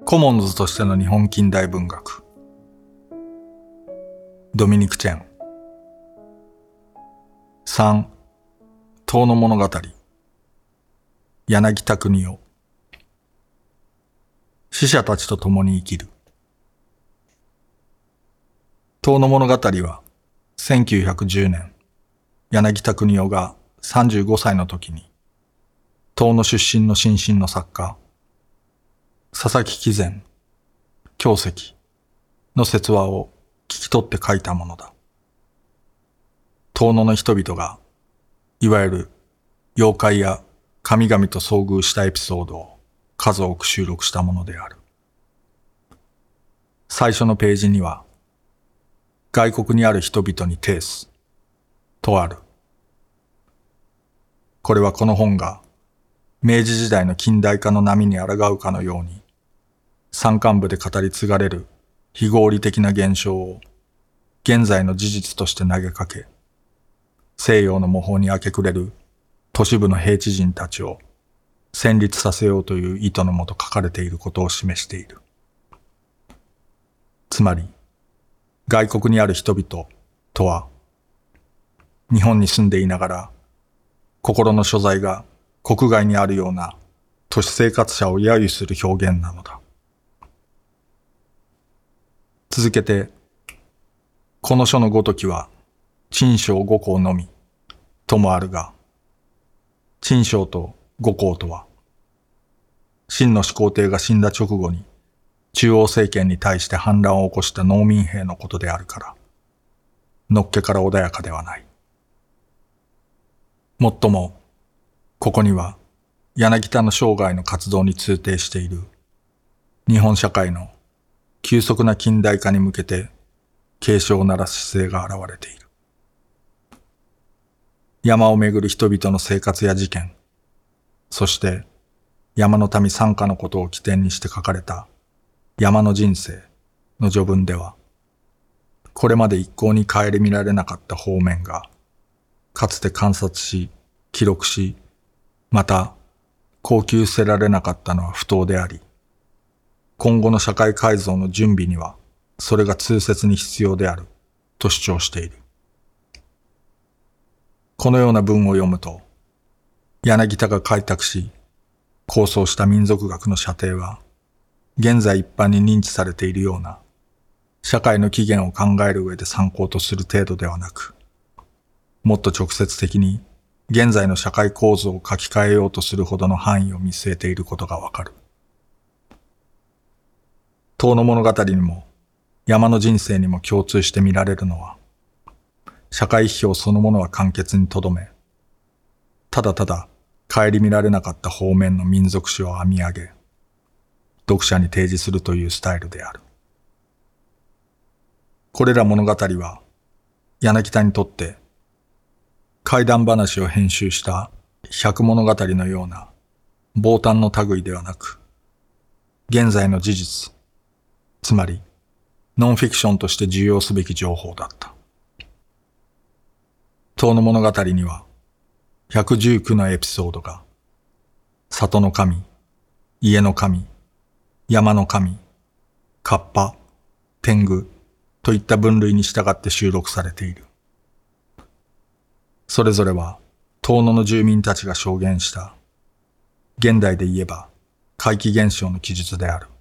コモンズとしての日本近代文学。ドミニク・チェン。3、遠野物語。柳田国夫。死者たちと共に生きる。遠野物語は1910年、柳田国夫が35歳の時に、遠野出身の新進の作家、佐々木喜善、京石の説話を聞き取って書いたものだ。遠野の人々が、いわゆる妖怪や神々と遭遇したエピソードを数多く収録したものである。最初のページには、外国にある人々に呈す、とある。これはこの本が、明治時代の近代化の波に抗うかのように、山間部で語り継がれる非合理的な現象を現在の事実として投げかけ、西洋の模倣に明け暮れる都市部の平地人たちを戦慄させようという意図のもと書かれていることを示している。つまり、外国にある人々とは、日本に住んでいながら、心の所在が国外にあるような都市生活者を揶揄する表現なのだ。続けて、この書のごときは、陳章五項のみ、ともあるが、陳章と五項とは、秦の始皇帝が死んだ直後に、中央政権に対して反乱を起こした農民兵のことであるから、のっけから穏やかではない。もっとも、ここには、柳田の生涯の活動に通底している、日本社会の急速な近代化に向けて警鐘を鳴らす姿勢が現れている。山をめぐる人々の生活や事件、そして山の民参加のことを起点にして書かれた山の人生の序文では、これまで一向に顧みられなかった方面が、かつて観察し、記録し、また考究せられなかったのは不当であり、今後の社会改造の準備には、それが痛切に必要である、と主張している。このような文を読むと、柳田が開拓し、構想した民族学の射程は、現在一般に認知されているような、社会の起源を考える上で参考とする程度ではなく、もっと直接的に、現在の社会構造を書き換えようとするほどの範囲を見据えていることがわかる。遠野物語にも山の人生にも共通して見られるのは、社会批評そのものは簡潔にとどめ、ただただ顧みられなかった方面の民族史を編み上げ、読者に提示するというスタイルである。これら物語は、柳田にとって怪談話を編集した百物語のような傍嘆の類ではなく、現在の事実、つまりノンフィクションとして重要すべき情報だった。遠野物語には119のエピソードが、里の神、家の神、山の神、河童、天狗といった分類に従って収録されている。それぞれは遠野の住民たちが証言した、現代で言えば怪奇現象の記述である。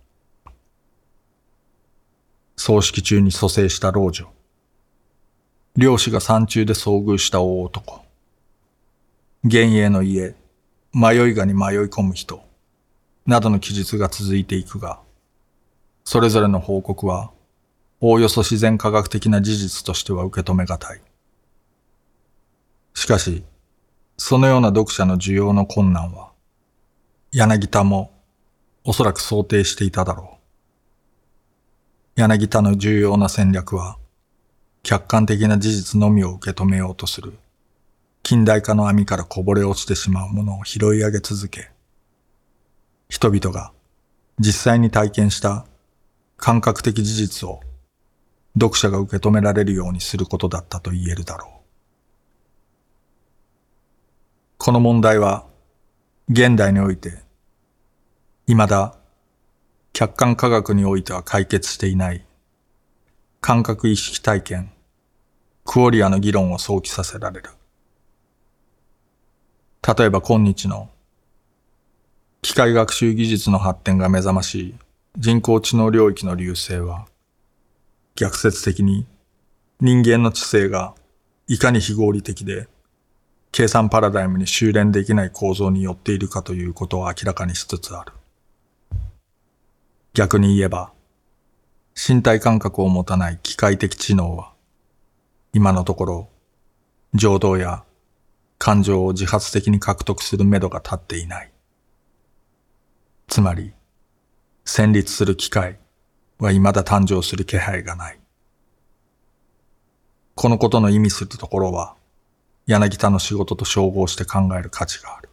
葬式中に蘇生した老女、漁師が山中で遭遇した大男、幻影の家、迷いがに迷い込む人、などの記述が続いていくが、それぞれの報告は、おおよそ自然科学的な事実としては受け止めがたい。しかし、そのような読者の需要の困難は、柳田もおそらく想定していただろう。柳田の重要な戦略は、客観的な事実のみを受け止めようとする、近代化の網からこぼれ落ちてしまうものを拾い上げ続け、人々が実際に体験した感覚的事実を読者が受け止められるようにすることだったと言えるだろう。この問題は、現代において、未だ客観科学においては解決していない感覚意識体験、クオリアの議論を想起させられる。例えば今日の機械学習技術の発展が目覚ましい人工知能領域の隆盛は、逆説的に人間の知性がいかに非合理的で計算パラダイムに修練できない構造によっているかということを明らかにしつつある。逆に言えば、身体感覚を持たない機械的知能は、今のところ情動や感情を自発的に獲得する目処が立っていない。つまり、戦慄する機械は未だ誕生する気配がない。このことの意味するところは、柳田の仕事と照合して考える価値がある。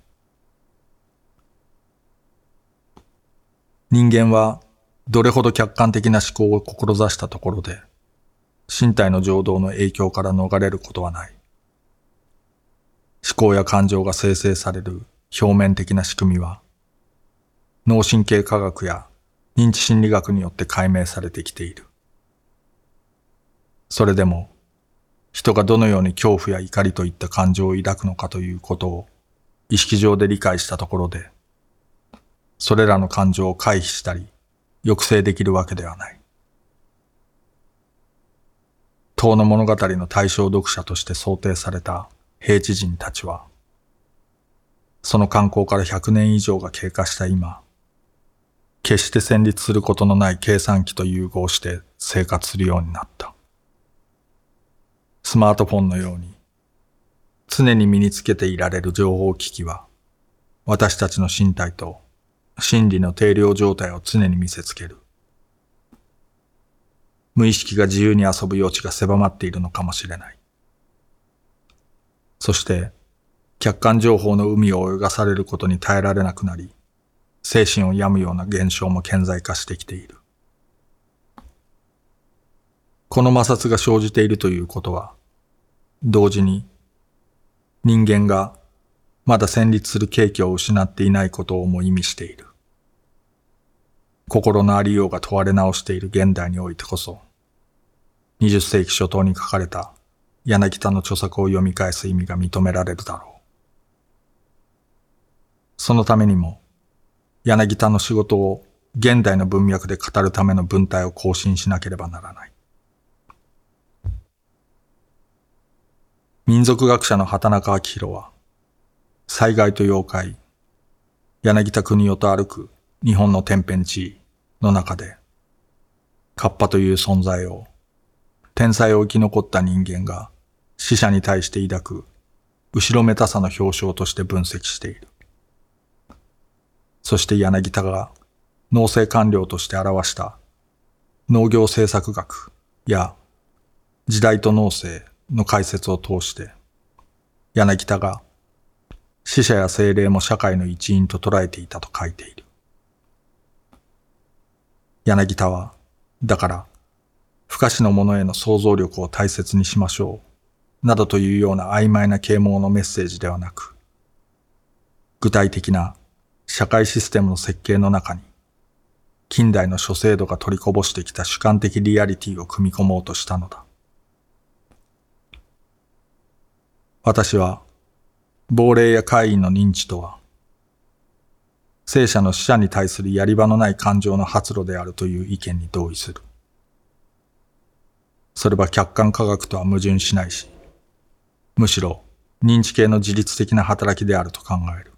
人間はどれほど客観的な思考を志したところで、身体の情動の影響から逃れることはない。思考や感情が生成される表面的な仕組みは、脳神経科学や認知心理学によって解明されてきている。それでも、人がどのように恐怖や怒りといった感情を抱くのかということを意識上で理解したところで、それらの感情を回避したり抑制できるわけではない。遠の物語の対象読者として想定された平地人たちは、その刊行から100年以上が経過した今、決して戦慄することのない計算機と融合して生活するようになった。スマートフォンのように常に身につけていられる情報機器は、私たちの身体と心理の定量状態を常に見せつける。無意識が自由に遊ぶ余地が狭まっているのかもしれない。そして、客観情報の海を泳がされることに耐えられなくなり、精神を病むような現象も顕在化してきている。この摩擦が生じているということは、同時に人間がまだ戦慄する契機を失っていないことをも意味している。心のありようが問われ直している現代においてこそ、20世紀初頭に書かれた柳田の著作を読み返す意味が認められるだろう。そのためにも、柳田の仕事を現代の文脈で語るための文体を更新しなければならない。民族学者の畑中明宏は、災害と妖怪、柳田国男と歩く日本の天変地異の中で、カッパという存在を、天才を生き残った人間が死者に対して抱く後ろめたさの表彰として分析している。そして柳田が農政官僚として表した農業政策学や時代と農政の解説を通して、柳田が死者や精霊も社会の一員と捉えていたと書いている。柳田は、だから、不可視のものへの想像力を大切にしましょう、などというような曖昧な啓蒙のメッセージではなく、具体的な社会システムの設計の中に、近代の諸制度が取りこぼしてきた主観的リアリティを組み込もうとしたのだ。私は、亡霊や怪異の認知とは、生者の死者に対するやり場のない感情の発露であるという意見に同意する。それは客観科学とは矛盾しないし、むしろ認知系の自律的な働きであると考える。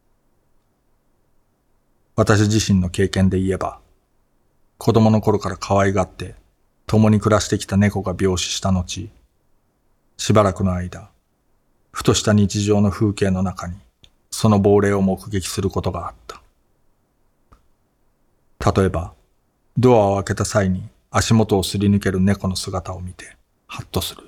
私自身の経験で言えば、子供の頃から可愛がって共に暮らしてきた猫が病死した後、しばらくの間、ふとした日常の風景の中にその亡霊を目撃することがあった。例えば、ドアを開けた際に足元をすり抜ける猫の姿を見て、ハッとする。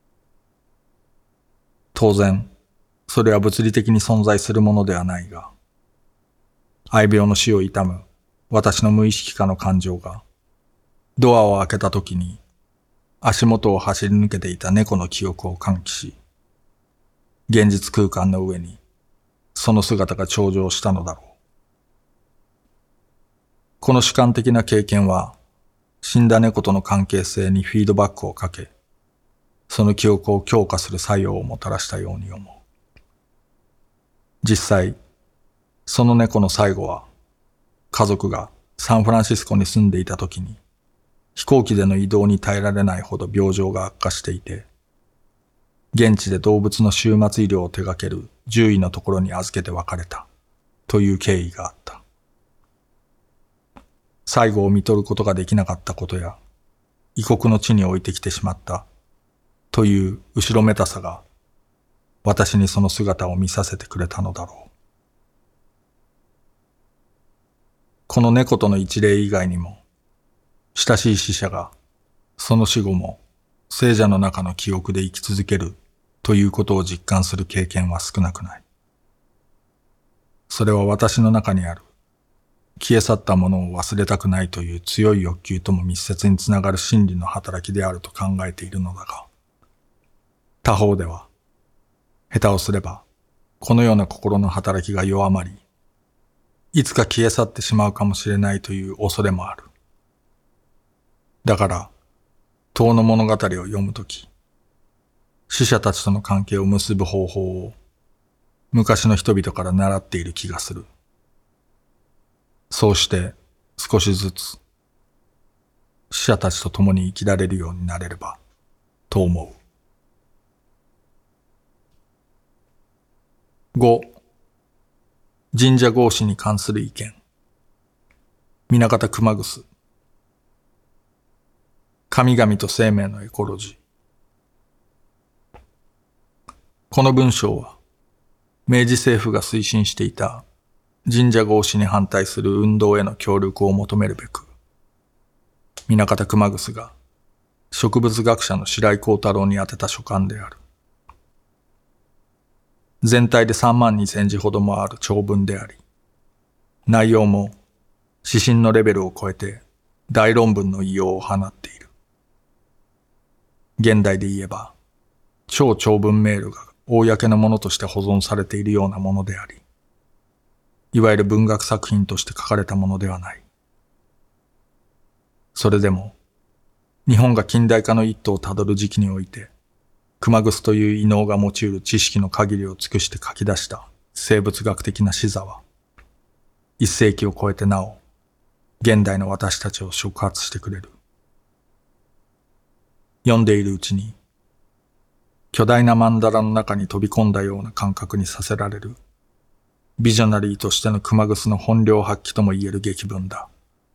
当然、それは物理的に存在するものではないが、愛病の死を悼む私の無意識化の感情が、ドアを開けた時に足元を走り抜けていた猫の記憶を喚起し、現実空間の上にその姿が頂上したのだろう。 この主観的な経験は、死んだ猫との関係性にフィードバックをかけ、その記憶を強化する作用をもたらしたように思う。実際、その猫の最後は、家族がサンフランシスコに住んでいた時に、飛行機での移動に耐えられないほど病状が悪化していて、現地で動物の終末医療を手掛ける獣医のところに預けて別れたという経緯があった。最後を見とることができなかったことや、異国の地に置いてきてしまったという後ろめたさが、私にその姿を見させてくれたのだろう。この猫との一例以外にも、親しい死者がその死後も生者の中の記憶で生き続けるということを実感する経験は少なくない。それは私の中にある消え去ったものを忘れたくないという強い欲求とも密接につながる心理の働きであると考えているのだが、他方では、下手をすればこのような心の働きが弱まり、いつか消え去ってしまうかもしれないという恐れもある。だから、遠の物語を読むとき、死者たちとの関係を結ぶ方法を昔の人々から習っている気がする。そうして少しずつ死者たちと共に生きられるようになれればと思う。5. 神社合祀に関する意見。南方熊楠。神々と生命のエコロジー。この文章は明治政府が推進していた神社合祀に反対する運動への協力を求めるべく、南方熊楠が植物学者の白井光太郎に宛てた書簡である。全体で32,000字ほどもある長文であり、内容も指針のレベルを超えて大論文の異様を放っている。現代で言えば、超長文メールが公のものとして保存されているようなものであり、いわゆる文学作品として書かれたものではない。それでも、日本が近代化の一途をたどる時期において、熊楠という異能が用いる知識の限りを尽くして書き出した生物学的な視座は、一世紀を超えてなお、現代の私たちを触発してくれる。読んでいるうちに、巨大な曼荼羅の中に飛び込んだような感覚にさせられる、ビジョナリーとしての熊楠の本領発揮とも言える劇文だ。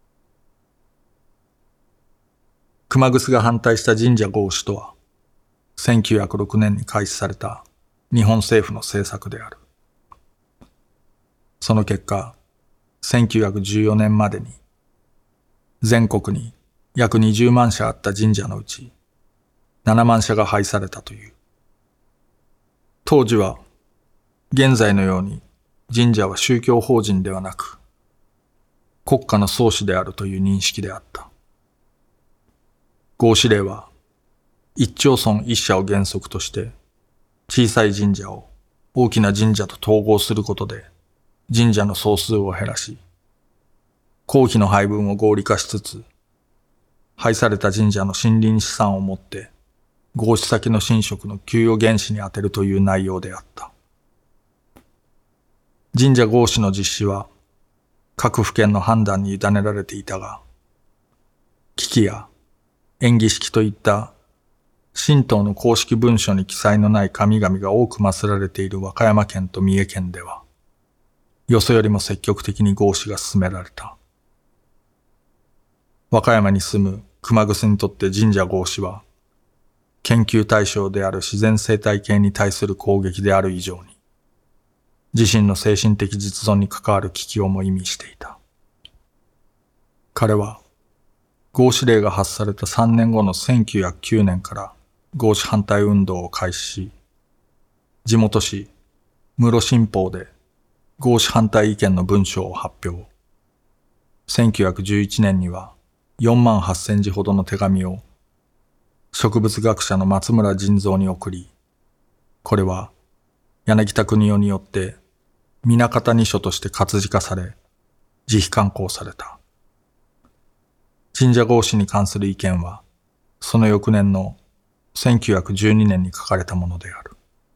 熊楠が反対した神社合祀とは、1906年に開始された日本政府の政策である。その結果、1914年までに、全国に約20万社あった神社のうち、7万社が廃されたという。当時は、現在のように神社は宗教法人ではなく、国家の宗旨であるという認識であった。合祀令は、一町村一社を原則として、小さい神社を大きな神社と統合することで、神社の総数を減らし、公費の配分を合理化しつつ、廃された神社の森林資産をもって、合祀先の神職の給与原資に充てるという内容であった。神社合祀の実施は、各府県の判断に委ねられていたが、機器や縁起式といった神道の公式文書に記載のない神々が多く祀られている和歌山県と三重県では、よそよりも積極的に合祀が進められた。和歌山に住む熊楠にとって神社合祀は、研究対象である自然生態系に対する攻撃である以上に、自身の精神的実存に関わる危機をも意味していた。彼は、合祀令が発された3年後の1909年から合祀反対運動を開始し、地元紙、室新報で合祀反対意見の文章を発表。1911年には4万8,000字ほどの手紙を植物学者の松村仁蔵に送り、これは柳田国男によって南方二書として活字化され、自費刊行された。 神社合祀に関する意見は、その翌年の1912年に書かれたものである。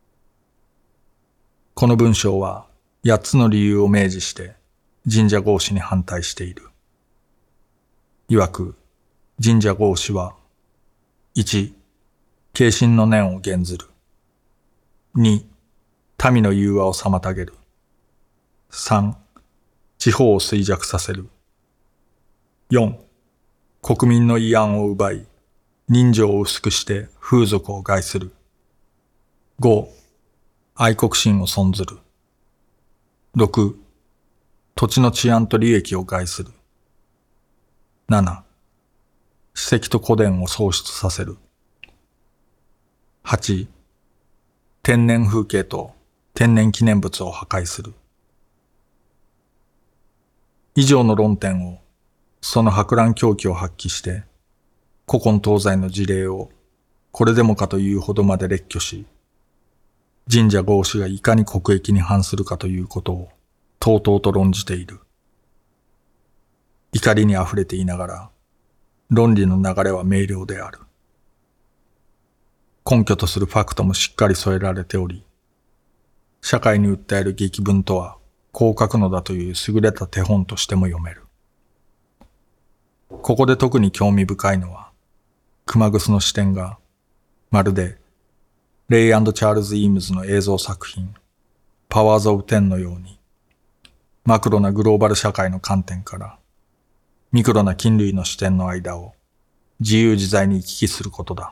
この文章は8つの理由を明示して神社合祀に反対している。曰く、神社合祀は、1、敬神の念を減ずる。2、民の融和を妨げる。3、地方を衰弱させる。4、国民の慰安を奪い、人情を薄くして風俗を害する。5、愛国心を損ずる。6、土地の治安と利益を害する。7、史跡と古典を喪失させる。8、天然風景と天然記念物を破壊する。以上の論点を、その博覧狂気を発揮して、古今東西の事例をこれでもかというほどまで列挙し、神社合祀がいかに国益に反するかということをとうとうと論じている。怒りに溢れていながら、論理の流れは明瞭である。根拠とするファクトもしっかり添えられており、社会に訴える劇文とはこう書くのだという優れた手本としても読める。ここで特に興味深いのは、熊楠の視点が、まるで、レイ&チャールズ・イームズの映像作品、パワーズ・オブ・テンのように、マクロなグローバル社会の観点から、ミクロな菌類の視点の間を自由自在に行き来することだ。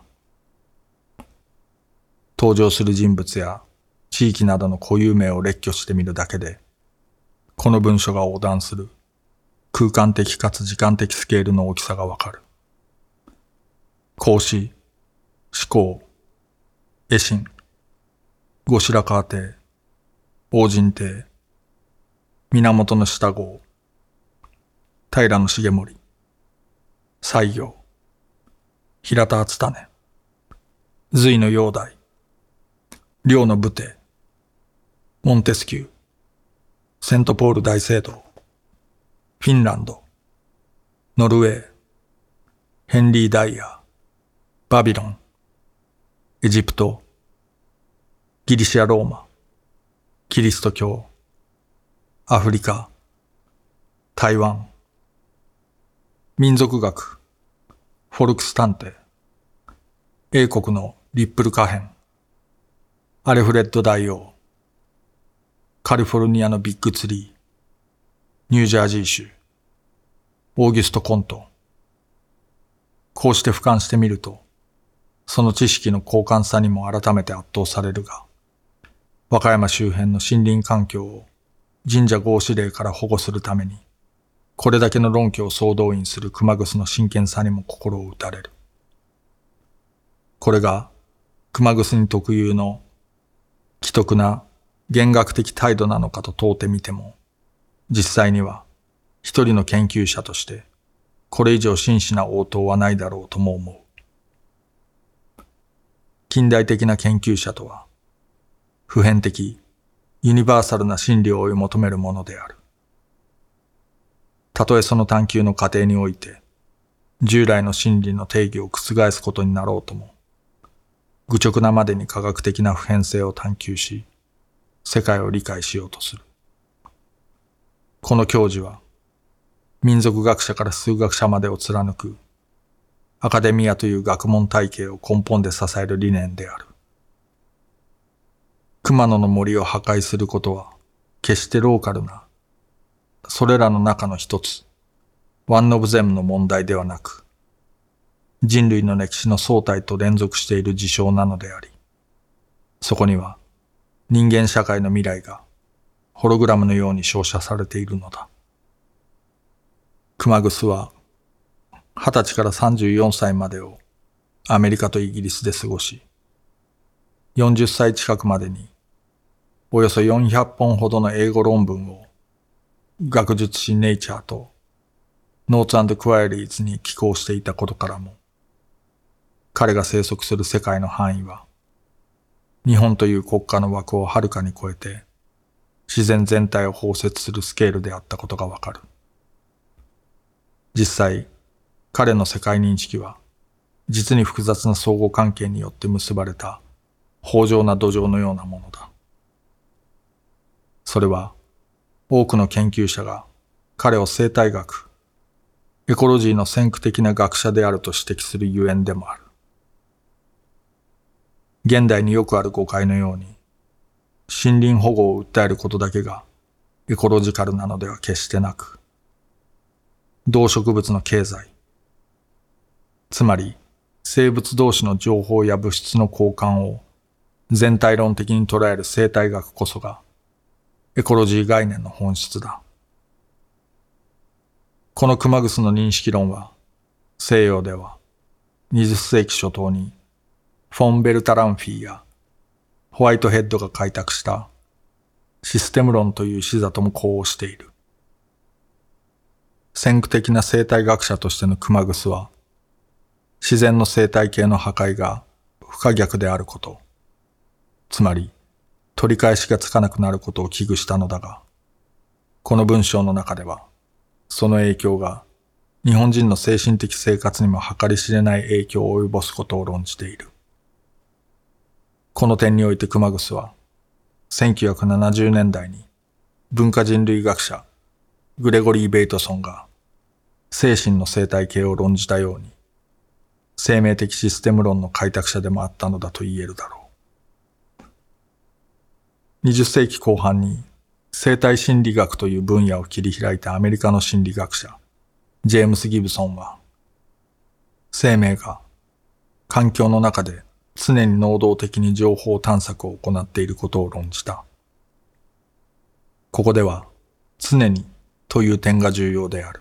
登場する人物や地域などの固有名を列挙してみるだけで、この文書が横断する空間的かつ時間的スケールの大きさがわかる。孔子、始皇、維新、後白河帝、王神帝、源義多号、平重盛、西行、平田篤胤、隋の煬帝、梁の武帝、モンテスキュー、セントポール大聖堂、フィンランド、ノルウェー、ヘンリー・ダイヤー、バビロン、エジプト、ギリシア・ローマ、キリスト教、アフリカ、台湾、民族学、フォルクス探偵、英国のリップル可変、アルフレッド大王、カリフォルニアのビッグツリー、ニュージャージー州、オーギュスト・コントン。こうして俯瞰してみると、その知識の高感さにも改めて圧倒されるが、和歌山周辺の森林環境を神社合祀令から保護するために、これだけの論拠を総動員する熊楠の真剣さにも心を打たれる。これが熊楠に特有の奇特な弦楽的態度なのかと問うてみても、実際には一人の研究者としてこれ以上真摯な応答はないだろうとも思う。近代的な研究者とは、普遍的、ユニバーサルな真理を追い求めるものである。たとえその探求の過程において、従来の真理の定義を覆すことになろうとも、愚直なまでに科学的な普遍性を探求し、世界を理解しようとする。この教授は、民族学者から数学者までを貫く、アカデミアという学問体系を根本で支える理念である。熊野の森を破壊することは、決してローカルな、それらの中の一つ、ワンオブゼムの問題ではなく、人類の歴史の総体と連続している事象なのであり、そこには人間社会の未来がホログラムのように照射されているのだ。熊楠は20歳から34歳までをアメリカとイギリスで過ごし、40歳近くまでにおよそ400本ほどの英語論文を学術誌ネイチャーとノーツ&クワイリーズに寄稿していたことからも、彼が生息する世界の範囲は、日本という国家の枠をはるかに超えて、自然全体を包摂するスケールであったことがわかる。実際、 彼の世界認識は実に複雑な相互関係によって結ばれた豊穣な土壌のようなものだ。それは多くの研究者が彼を生態学、エコロジーの先駆的な学者であると指摘するゆえんでもある。現代によくある誤解のように、森林保護を訴えることだけがエコロジカルなのでは決してなく、動植物の経済、つまり生物同士の情報や物質の交換を全体論的に捉える生態学こそがエコロジー概念の本質だ。この熊楠の認識論は西洋では20世紀初頭にフォン・ベルタランフィーやホワイトヘッドが開拓したシステム論という視座とも呼応している。先駆的な生態学者としての熊楠は自然の生態系の破壊が不可逆であること、つまり取り返しがつかなくなることを危惧したのだが、この文章の中ではその影響が日本人の精神的生活にも計り知れない影響を及ぼすことを論じている。この点において熊楠は1970年代に文化人類学者グレゴリー・ベイトソンが精神の生態系を論じたように生命的システム論の開拓者でもあったのだと言えるだろう。20世紀後半に生態心理学という分野を切り開いたアメリカの心理学者ジェームス・ギブソンは、生命が環境の中で常に能動的に情報探索を行っていることを論じた。ここでは常にという点が重要である。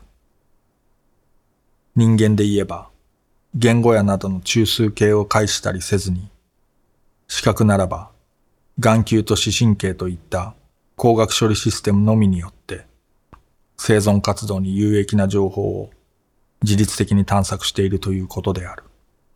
人間で言えば言語やなどの中枢形を介したりせずに、視覚ならば眼球と視神経といった光学処理システムのみによって生存活動に有益な情報を自律的に探索しているということである。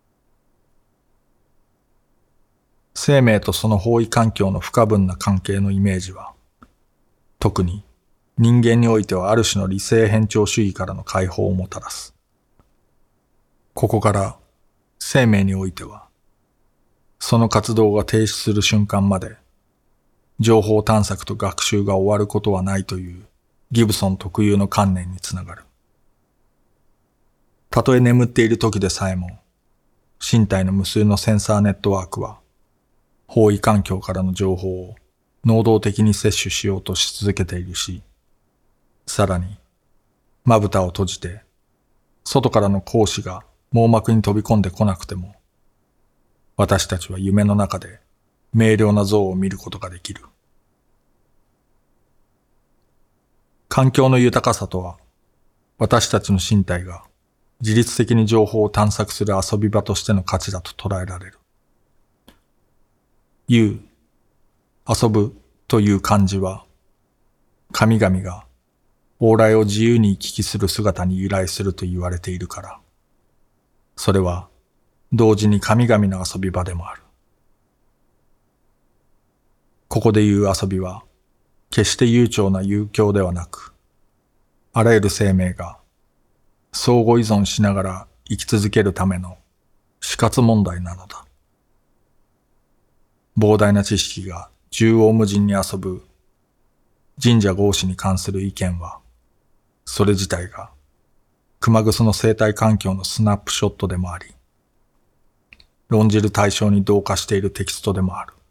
生命とその包囲環境の不可分な関係のイメージは、特に人間においてはある種の理性偏重主義からの解放をもたらす。ここから生命においては、その活動が停止する瞬間まで、情報探索と学習が終わることはないというギブソン特有の観念につながる。たとえ眠っている時でさえも、身体の無数のセンサーネットワークは、包囲環境からの情報を能動的に摂取しようとし続けているし、さらに、まぶたを閉じて、外からの光子が網膜に飛び込んでこなくても、私たちは夢の中で明瞭な像を見ることができる。環境の豊かさとは、私たちの身体が自律的に情報を探索する遊び場としての価値だと捉えられる。遊ぶという漢字は、神々が往来を自由に行き来する姿に由来すると言われているから、それは同時に神々の遊び場でもある。ここで言う遊びは、決して悠長な遊興ではなく、あらゆる生命が相互依存しながら生き続けるための死活問題なのだ。膨大な知識が縦横無尽に遊ぶ神社合祀に関する意見は、それ自体が熊楠の生態環境のスナップショットでもあり、論じる対象に同化しているテキストでもある。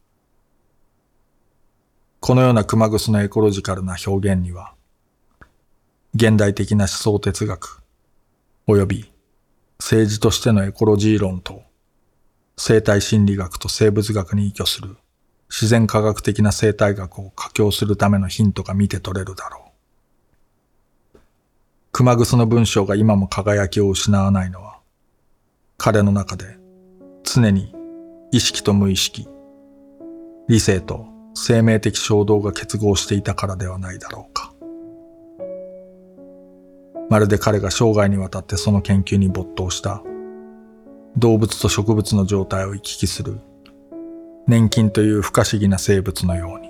このような熊楠のエコロジカルな表現には、現代的な思想哲学、及び政治としてのエコロジー論と、生態心理学と生物学に依拠する自然科学的な生態学を佳境するためのヒントが見て取れるだろう。熊楠の文章が今も輝きを失わないのは、彼の中で常に意識と無意識、理性と生命的衝動が結合していたからではないだろうか。まるで彼が生涯にわたってその研究に没頭した動物と植物の状態を行き来する粘菌という不可思議な生物のように。